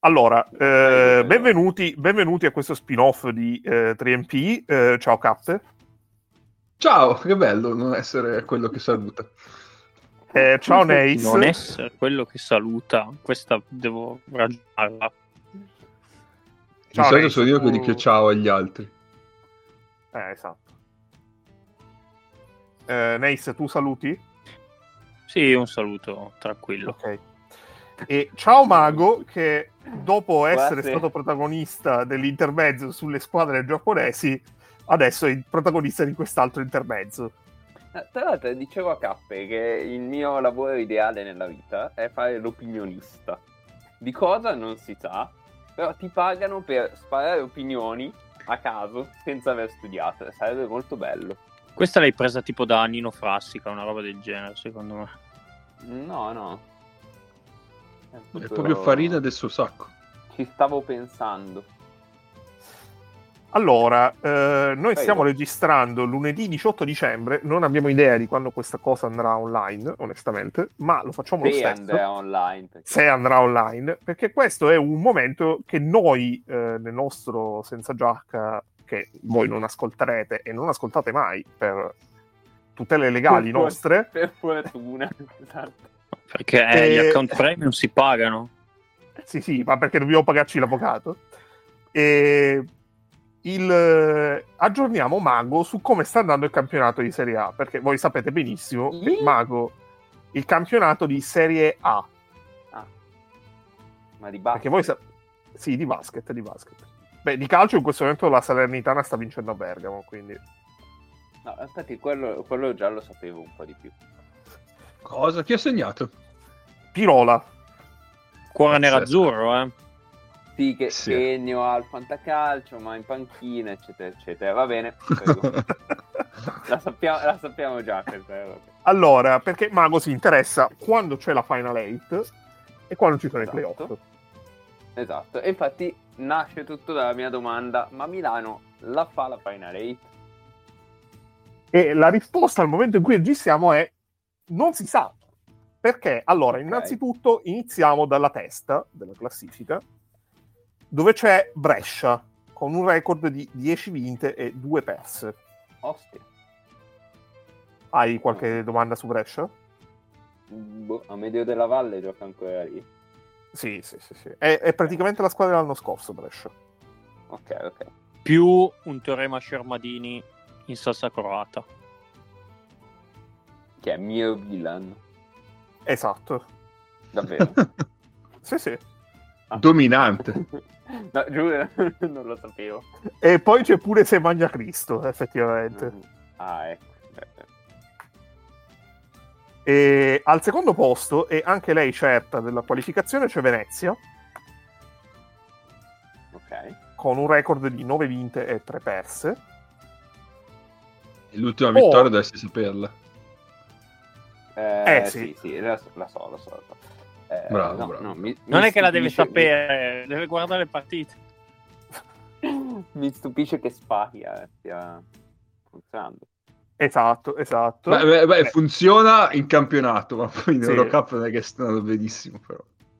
Allora, benvenuti a questo spin-off di 3MP. Ciao Cappe. Ciao, che bello non essere quello che saluta. Ciao Neis. Non essere quello che saluta, questa devo ragionarla. Di solito sono io che dico ciao agli altri. Esatto. Neis, tu saluti? Sì, un saluto tranquillo. Ok. E ciao Mago, che dopo essere stato protagonista dell'intermezzo sulle squadre giapponesi, adesso è il protagonista di quest'altro intermezzo. Tra l'altro dicevo a Cappe che il mio lavoro ideale nella vita è fare l'opinionista. Di cosa non si sa, però ti pagano per sparare opinioni a caso senza aver studiato. Sarebbe molto bello. Questa l'hai presa tipo da Nino Frassica, una roba del genere, secondo me. No. È proprio farina del suo sacco. Ci stavo pensando. Allora, noi stiamo registrando lunedì 18 dicembre, non abbiamo idea di quando questa cosa andrà online, onestamente, ma lo facciamo lo stesso. Se andrà online, perché questo è un momento che noi, nel nostro Senza Giacca, che voi non ascolterete e non ascoltate mai per tutele legali nostre. Per fortuna, esatto. Perché gli account premium si pagano. Sì, ma perché dobbiamo pagarci l'avvocato. Aggiorniamo Mago su come sta andando il campionato di Serie A, perché voi sapete benissimo che Mago, il campionato di Serie A. Ma di basket? Perché voi sì, di basket. Beh, di calcio in questo momento la Salernitana sta vincendo a Bergamo, quindi... No, infatti quello già lo sapevo un po' di più. Cosa? Chi ha segnato? Pirola. Cuore nerazzurro, Sì, che segno al fantacalcio, ma in panchina, eccetera, eccetera. Va bene, la sappiamo già questa. Allora, perché Mago si interessa quando c'è la Final 8 e quando ci sono i playoff. Esatto, e infatti nasce tutto dalla mia domanda: ma Milano la fa la Final 8? E la risposta al momento in cui registriamo è non si sa. Perché? Allora, innanzitutto iniziamo dalla testa della classifica, dove c'è Brescia, con un record di 10 vinte e 2 perse. Ostia. Hai qualche domanda su Brescia? A Medio della Valle gioca ancora lì. Sì. È praticamente la squadra dell'anno scorso, Brescia. Ok. Più un teorema Scermadini in salsa croata. Che è Mio Milan. Esatto. Davvero? Sì. Dominante. No, giuro, non lo sapevo. E poi c'è pure Se Magna Cristo, effettivamente. Ecco. E al secondo posto, e anche lei certa della qualificazione, c'è Venezia. Ok. Con un record di 9 vinte e 3 perse. E l'ultima vittoria dovresti saperla. Sì, la so. Bravo. Non è che la deve sapere, deve guardare le partite. Mi stupisce che Spagna stia funzionando. Esatto. Beh, funziona in campionato, ma poi in Eurocup non è che sta andando benissimo, però.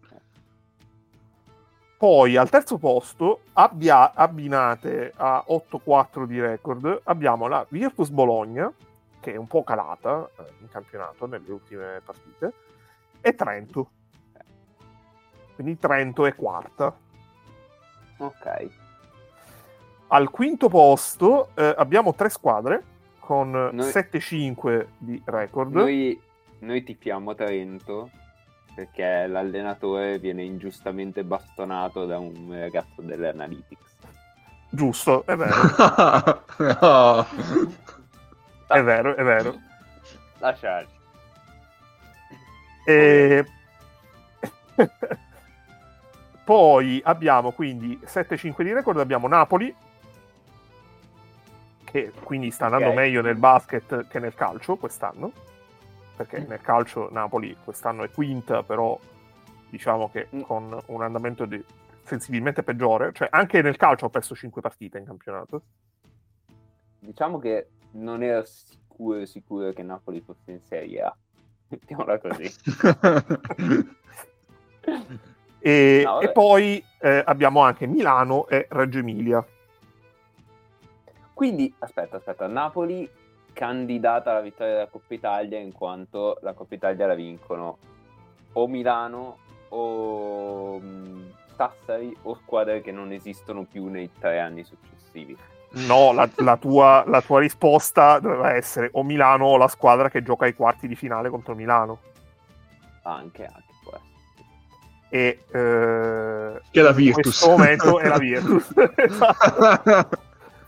Poi al terzo posto, abbinate a 8-4 di record, abbiamo la Virtus Bologna, che è un po' calata in campionato nelle ultime partite, e Trento. Quindi Trento è quarta. Ok. Al quinto posto abbiamo 3 squadre con 7-5 di record. Noi tifiamo Trento perché l'allenatore viene ingiustamente bastonato da un ragazzo dell'Analytics. Giusto, è vero. No. È vero. Lasciarci. Poi abbiamo quindi 7-5 di record, abbiamo Napoli, che quindi sta andando meglio nel basket che nel calcio quest'anno, perché nel calcio Napoli quest'anno è quinta, però diciamo che con un andamento sensibilmente peggiore, cioè anche nel calcio ha perso 5 partite in campionato. Diciamo che non ero sicuro che Napoli fosse in Serie A, mettiamola così. E poi abbiamo anche Milano e Reggio Emilia. Quindi, aspetta, Napoli candidata alla vittoria della Coppa Italia, in quanto la Coppa Italia la vincono o Milano o Sassari o squadre che non esistono più nei 3 anni successivi. No, la tua risposta doveva essere o Milano o la squadra che gioca ai quarti di finale contro Milano. Anche può essere. E che è la Virtus. In questo momento è la Virtus. Esatto.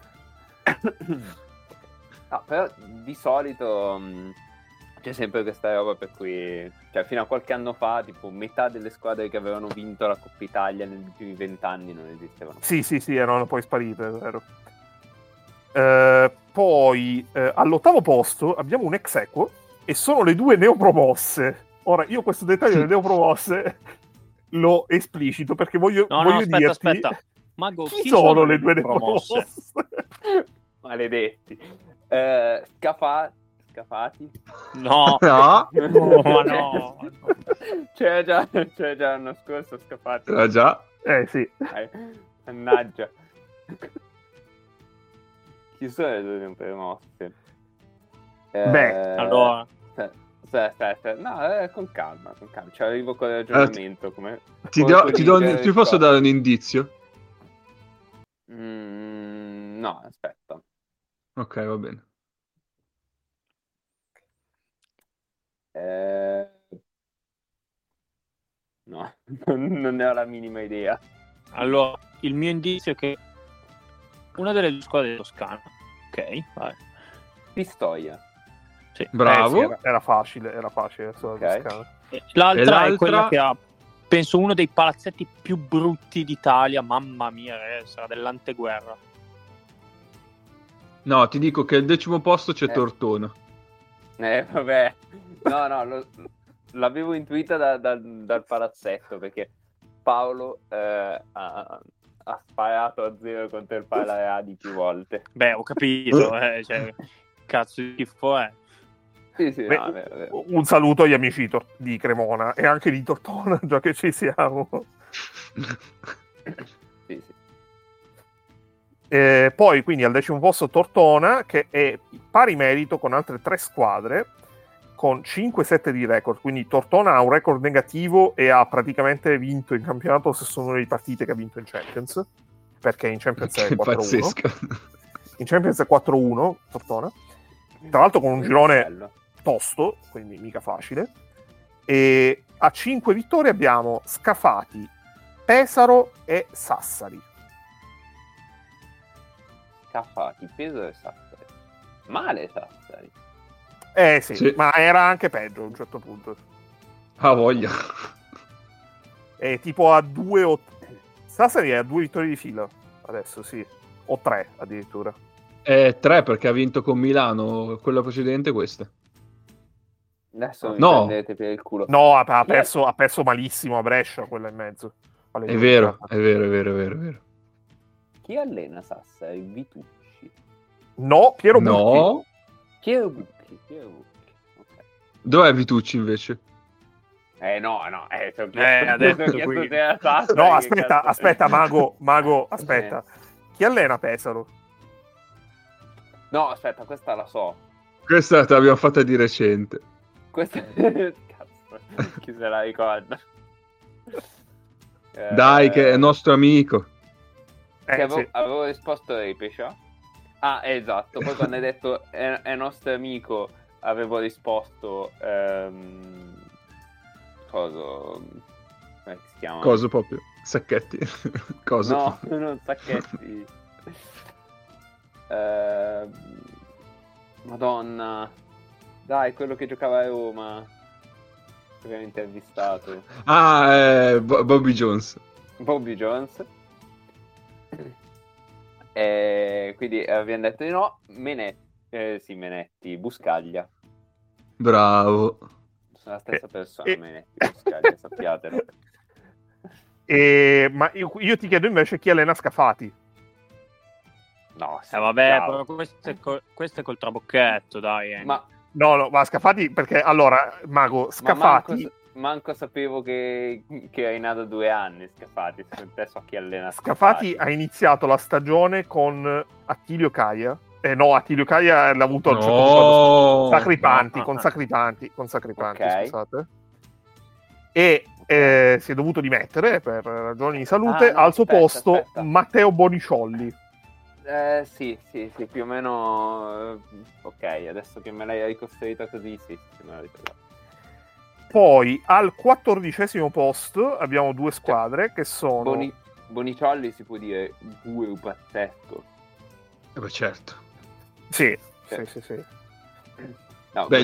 No, però di solito c'è sempre questa roba per cui, cioè, fino a qualche anno fa, tipo metà delle squadre che avevano vinto la Coppa Italia negli ultimi 20 anni non esistevano. Sì, erano poi sparite, è vero. Poi all'8° posto abbiamo un ex equo e sono le 2 neopromosse. Ora, io questo dettaglio delle neopromosse lo esplicito perché voglio dirti aspetta. Mago, chi sono le 2 neopromosse? Maledetti. Scafati? No. No. Ma no. C'era già l'anno scorso Scafati. Era già? Sì. Mannaggia. Chi sono le 2 neopromosse? Allora. Aspetta. No, con calma. Ci arrivo con il ragionamento. Ti posso dare un indizio? No, aspetta. Ok, va bene. No, non ne ho la minima idea. Allora, il mio indizio è che una delle 2 squadre è Toscana. Ok, vai. Pistoia. Sì. Bravo. Sì, era facile. Okay. L'altra è quella che ha, penso, uno dei palazzetti più brutti d'Italia. Mamma mia, sarà dell'anteguerra. No, ti dico che al 10° posto c'è Tortona. Vabbè. No, l'avevo intuita dal palazzetto, perché Paolo ha sparato a 0 contro il Palareadi più volte. Beh, ho capito, cioè, cazzo di schifo è. Sì, beh, vabbè. Un saluto agli amici di Cremona e anche di Tortona, già che ci siamo. Sì. Poi quindi al 10° posto Tortona, che è pari merito con altre 3 squadre con 5-7 di record, quindi Tortona ha un record negativo e ha praticamente vinto in campionato lo stesso numero di partite che ha vinto in Champions, perché in Champions è 4-1. Pazzesco. In Champions è 4-1 Tortona, tra l'altro con un girone tosto, quindi mica facile. E a 5 vittorie abbiamo Scafati, Pesaro e Sassari. Scafati, Pesaro e Sassari. Male Sassari. Sì, ma era anche peggio a un certo punto. Ah, voglia. È tipo a 2 o... Sassari è a 2 vittorie di fila adesso, sì. O 3 addirittura. 3 perché ha vinto con Milano, quella precedente questa. Adesso mi No. prendete per il culo. No, ha perso malissimo a Brescia, quella in mezzo. È vero. Chi allena Sassari? Vitucci? No, Piero Bucchi. No. Piero Bucchi. Okay. Dov'è Vitucci invece? No. Adesso no, aspetta, Mago, aspetta. Chi allena Pesaro? No, aspetta, questa la so. Questa te l'abbiamo fatta di recente. Questa... Cazzo, chi se la ricorda? Dai, che è nostro amico. Avevo risposto Repescia. Ah, esatto. Poi quando hai detto è nostro amico, avevo risposto coso. Come si chiama? Coso proprio. Sacchetti. Coso. No, non Sacchetti. Madonna. Dai, quello che giocava a Roma. Che abbiamo intervistato. Bobby Jones. Quindi abbiamo detto di no. Menetti, Buscaglia. Bravo. Sono la stessa persona, Menetti, Buscaglia, sappiatelo. Ma io ti chiedo invece chi allena Scafati. No, vabbè, però questo è col trabocchetto, dai. Ma No, ma Scafati, perché allora, Mago, Scafati... manco sapevo che hai nato 2 anni, Scafati. Te so chi allena Scafati ha iniziato la stagione con Attilio Caia. Attilio Caia l'ha avuto al Sacripanti, con Sacripanti, okay. Scusate. E si è dovuto dimettere per ragioni di salute. Al suo posto Matteo Boniciolli. Sì, più o meno. Ok, adesso che me l'hai ricostruita così, sì, me la ricordo. Poi al 14° posto abbiamo 2 squadre che sono Boniciolli, si può dire pure un pazzesco. Beh, certo. Sì. No, beh,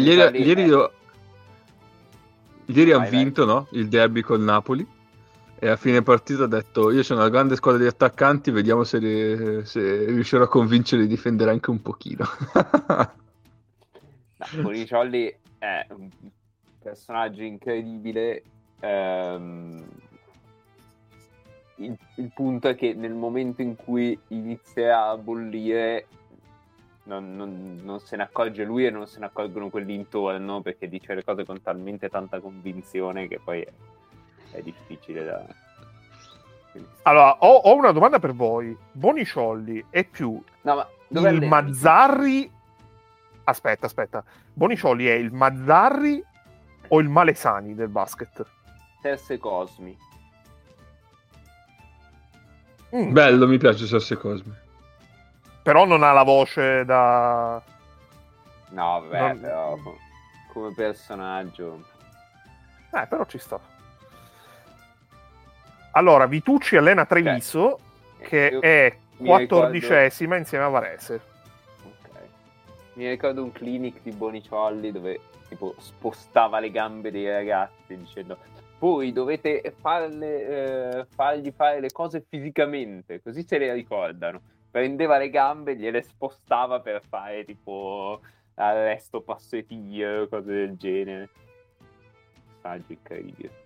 ieri ha vinto, no? Il derby col Napoli. E a fine partita ha detto: io sono una grande squadra di attaccanti, vediamo se riuscirò a convincere di difendere anche un pochino. Boniciolli è un personaggio incredibile. Il punto è che nel momento in cui inizia a bollire non se ne accorge lui e non se ne accorgono quelli intorno, perché dice le cose con talmente tanta convinzione che poi è difficile da... Allora, ho una domanda per voi. Boniciolli è più il Mazzarri... Aspetta. Boniciolli è il Mazzarri o il Malesani del basket? Serse Cosmi. Bello, mi piace Serse Cosmi. Però non ha la voce da... No, vabbè, però come personaggio... però ci sta. Allora, Vitucci allena Treviso, che è 14ª insieme a Varese. Ok. Mi ricordo un clinic di Boniciolli dove tipo spostava le gambe dei ragazzi dicendo: voi dovete fargli fare le cose fisicamente, così se le ricordano. Prendeva le gambe, gliele spostava per fare tipo arresto passettio, cose del genere. Messaggio incredibile.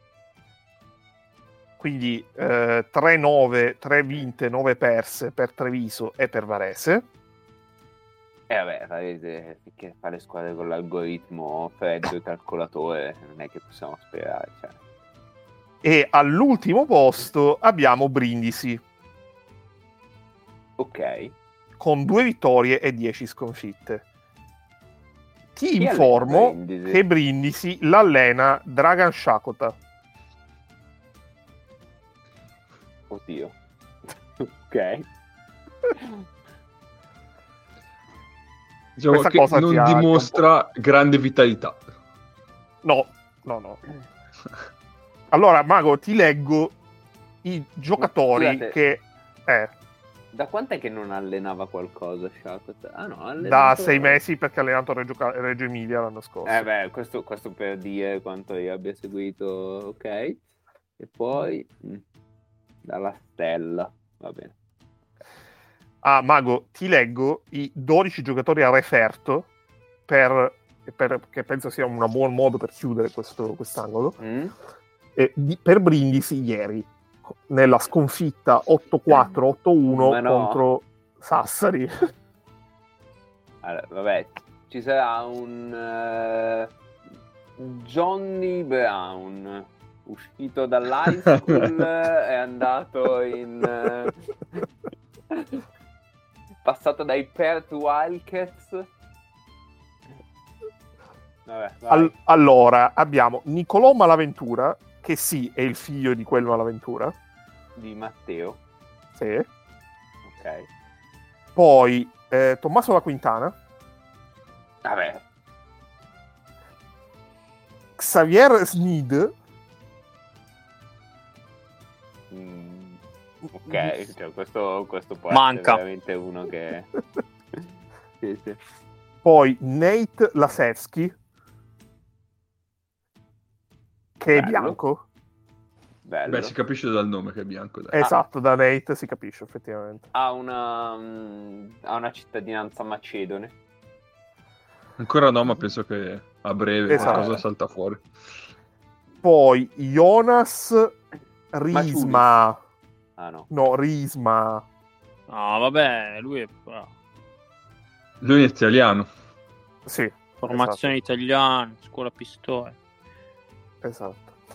Quindi 3-9, 3 vinte, 9 perse per Treviso e per Varese. Vabbè, Varese, che fa le squadre con l'algoritmo freddo e calcolatore, non è che possiamo sperare. Cioè. E all'ultimo posto abbiamo Brindisi. Ok. Con 2 vittorie e 10 sconfitte. Ti informo che Brindisi l'allena Dragan Shakota. Oddio. Ok. Diciamo che non dimostra grande vitalità. No. Allora, Mago, ti leggo i giocatori. Scusate, che... Da quant'è che non allenava qualcosa Shakota? Da 6 mesi, perché ha allenato Reggio Emilia l'anno scorso. Questo per dire quanto io abbia seguito, ok. E poi dalla Stella, va bene. Mago, ti leggo i 12 giocatori a referto che penso sia un buon modo per chiudere quest'angolo. Per Brindisi ieri, nella sconfitta 8-4, 8-1 contro Sassari. Allora, vabbè, ci sarà un Johnny Brown uscito dall'high school, è andato in passato dai Perth Wildcats. Vabbè, allora abbiamo Nicolò Malaventura, che sì, è il figlio di quel Malaventura di Matteo. Sì. Ok. Poi Tommaso La Quintana. Vabbè. Xavier Sneed. Ok, cioè, questo può essere veramente uno che... sì. Poi Nate Lasevski, che è bianco. Bello. Beh, si capisce dal nome che è bianco. Dai. Esatto, da Nate si capisce effettivamente. Ha una cittadinanza macedone. Ancora no, ma penso che a breve qualcosa salta fuori. Poi Jonas Risma. No, Risma. No, vabbè, lui è italiano. Sì. Formazione italiana, scuola Pistoia. Esatto.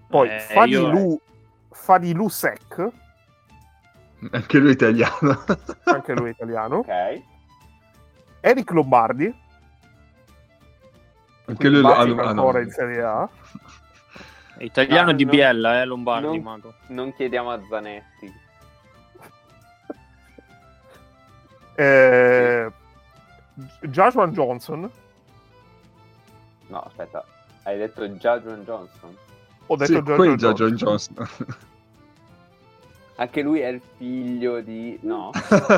Poi Fadilou Sec. Anche lui italiano. Anche lui italiano. Ok. Eric Lombardi. Anche lui ancora in Serie A. È italiano di Biella, Lombardi, Mago. Non chiediamo a Zanetti. Jajuan Johnson. No, aspetta. Hai detto Jajuan Johnson? Ho detto Jajuan Johnson. Anche lui è il figlio di... No.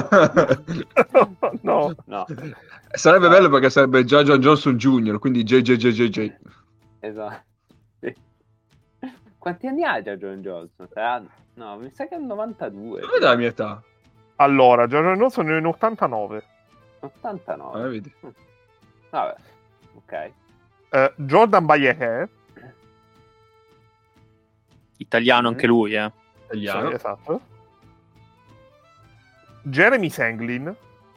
No. Sarebbe bello perché sarebbe Jajuan Johnson Jr., quindi JJJJJ. Esatto. Quanti anni ha Jajuan Johnson? No, mi sa che è un 92. Non è la mia età. Allora, Jajuan Johnson è in 89. 89? Vedi. Vabbè, ok. Jordan Bayehe. Italiano anche lui, Italiano. Sì, esatto. Jeremy Sanglin.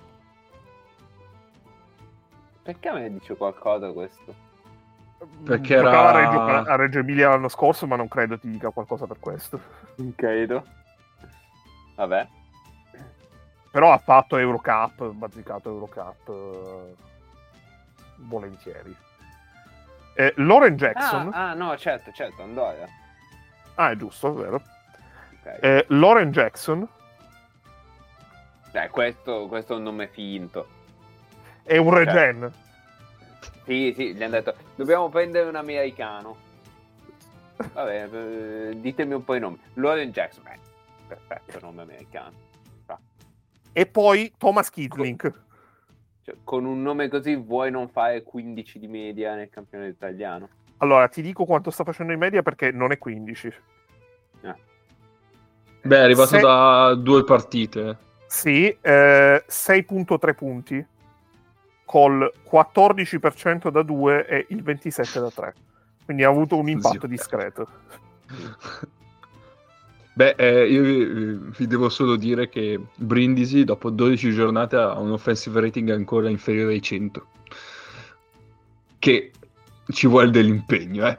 Perché a me dice qualcosa questo? Perché giocava a Reggio Emilia l'anno scorso, ma non credo ti dica qualcosa per questo. Non credo. Vabbè. Però ha fatto Eurocup, bazzicato Eurocup volentieri. Lauren Jackson. No, certo, Andoia. È giusto, è vero. Okay. Lauren Jackson. Questo è un nome finto. È un regen. Sì, gli hanno detto dobbiamo prendere un americano. Vabbè, ditemi un po' i nomi. Lauren Jackson, perfetto, nome americano. E poi Thomas Kidlink. Cioè, con un nome così vuoi non fare 15 di media nel campionato italiano? Allora, ti dico quanto sta facendo in media perché non è 15. È arrivato da 2 partite. Sì, 6.3 punti col 14% da 2 e il 27% da 3. Quindi ha avuto un impatto discreto. Io vi devo solo dire che Brindisi dopo 12 giornate ha un offensive rating ancora inferiore ai 100. Che ci vuole dell'impegno,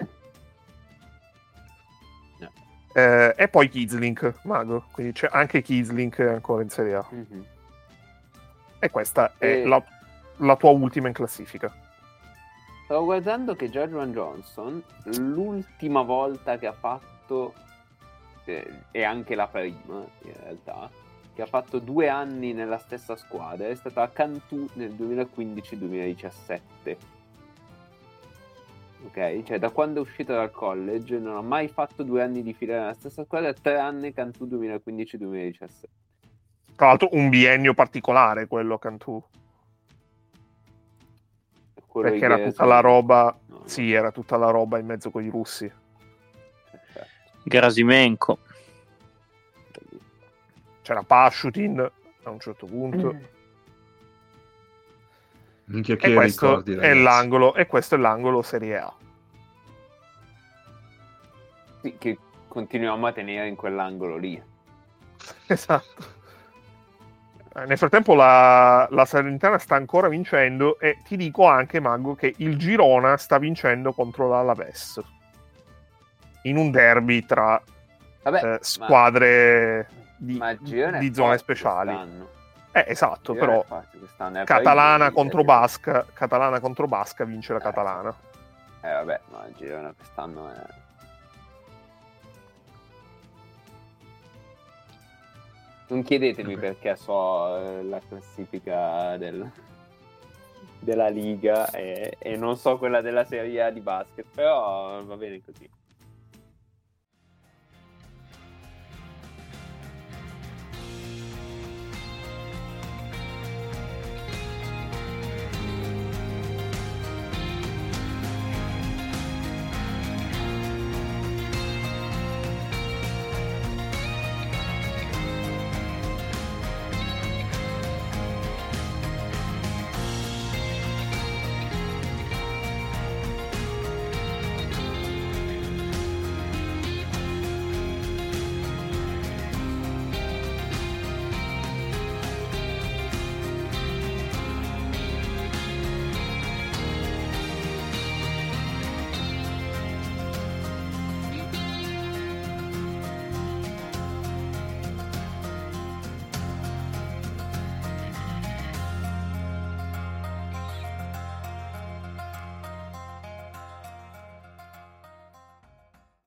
E poi Kidlink, Mago, quindi c'è anche Kidlink ancora in Serie A. Mm-hmm. E questa è la tua ultima in classifica. Stavo guardando che Jajuan Johnson l'ultima volta che ha fatto, e anche la prima in realtà, che ha fatto 2 anni nella stessa squadra, è stato a Cantù nel 2015-2017. Ok, cioè da quando è uscito dal college non ha mai fatto 2 anni di fila nella stessa squadra, tranne Cantù 2015-2017. Tra l'altro un biennio particolare quello Cantù. Perché era tutta la roba, era tutta la roba in mezzo con i russi. Grasimenko. C'era Pashutin a un certo punto. Minchia, e questo è l'angolo, e questo è l'angolo Serie A. Sì, che continuiamo a tenere in quell'angolo lì. Esatto. Nel frattempo la Salernitana sta ancora vincendo e ti dico anche, Mago, che il Girona sta vincendo contro l'Alaves in un derby tra squadre di zone speciali. Esatto, però Catalana contro Basca vince la Catalana. Vabbè, ma il Girona quest'anno è... Non chiedetemi perché so la classifica della Liga e non so quella della Serie A di basket, però va bene così.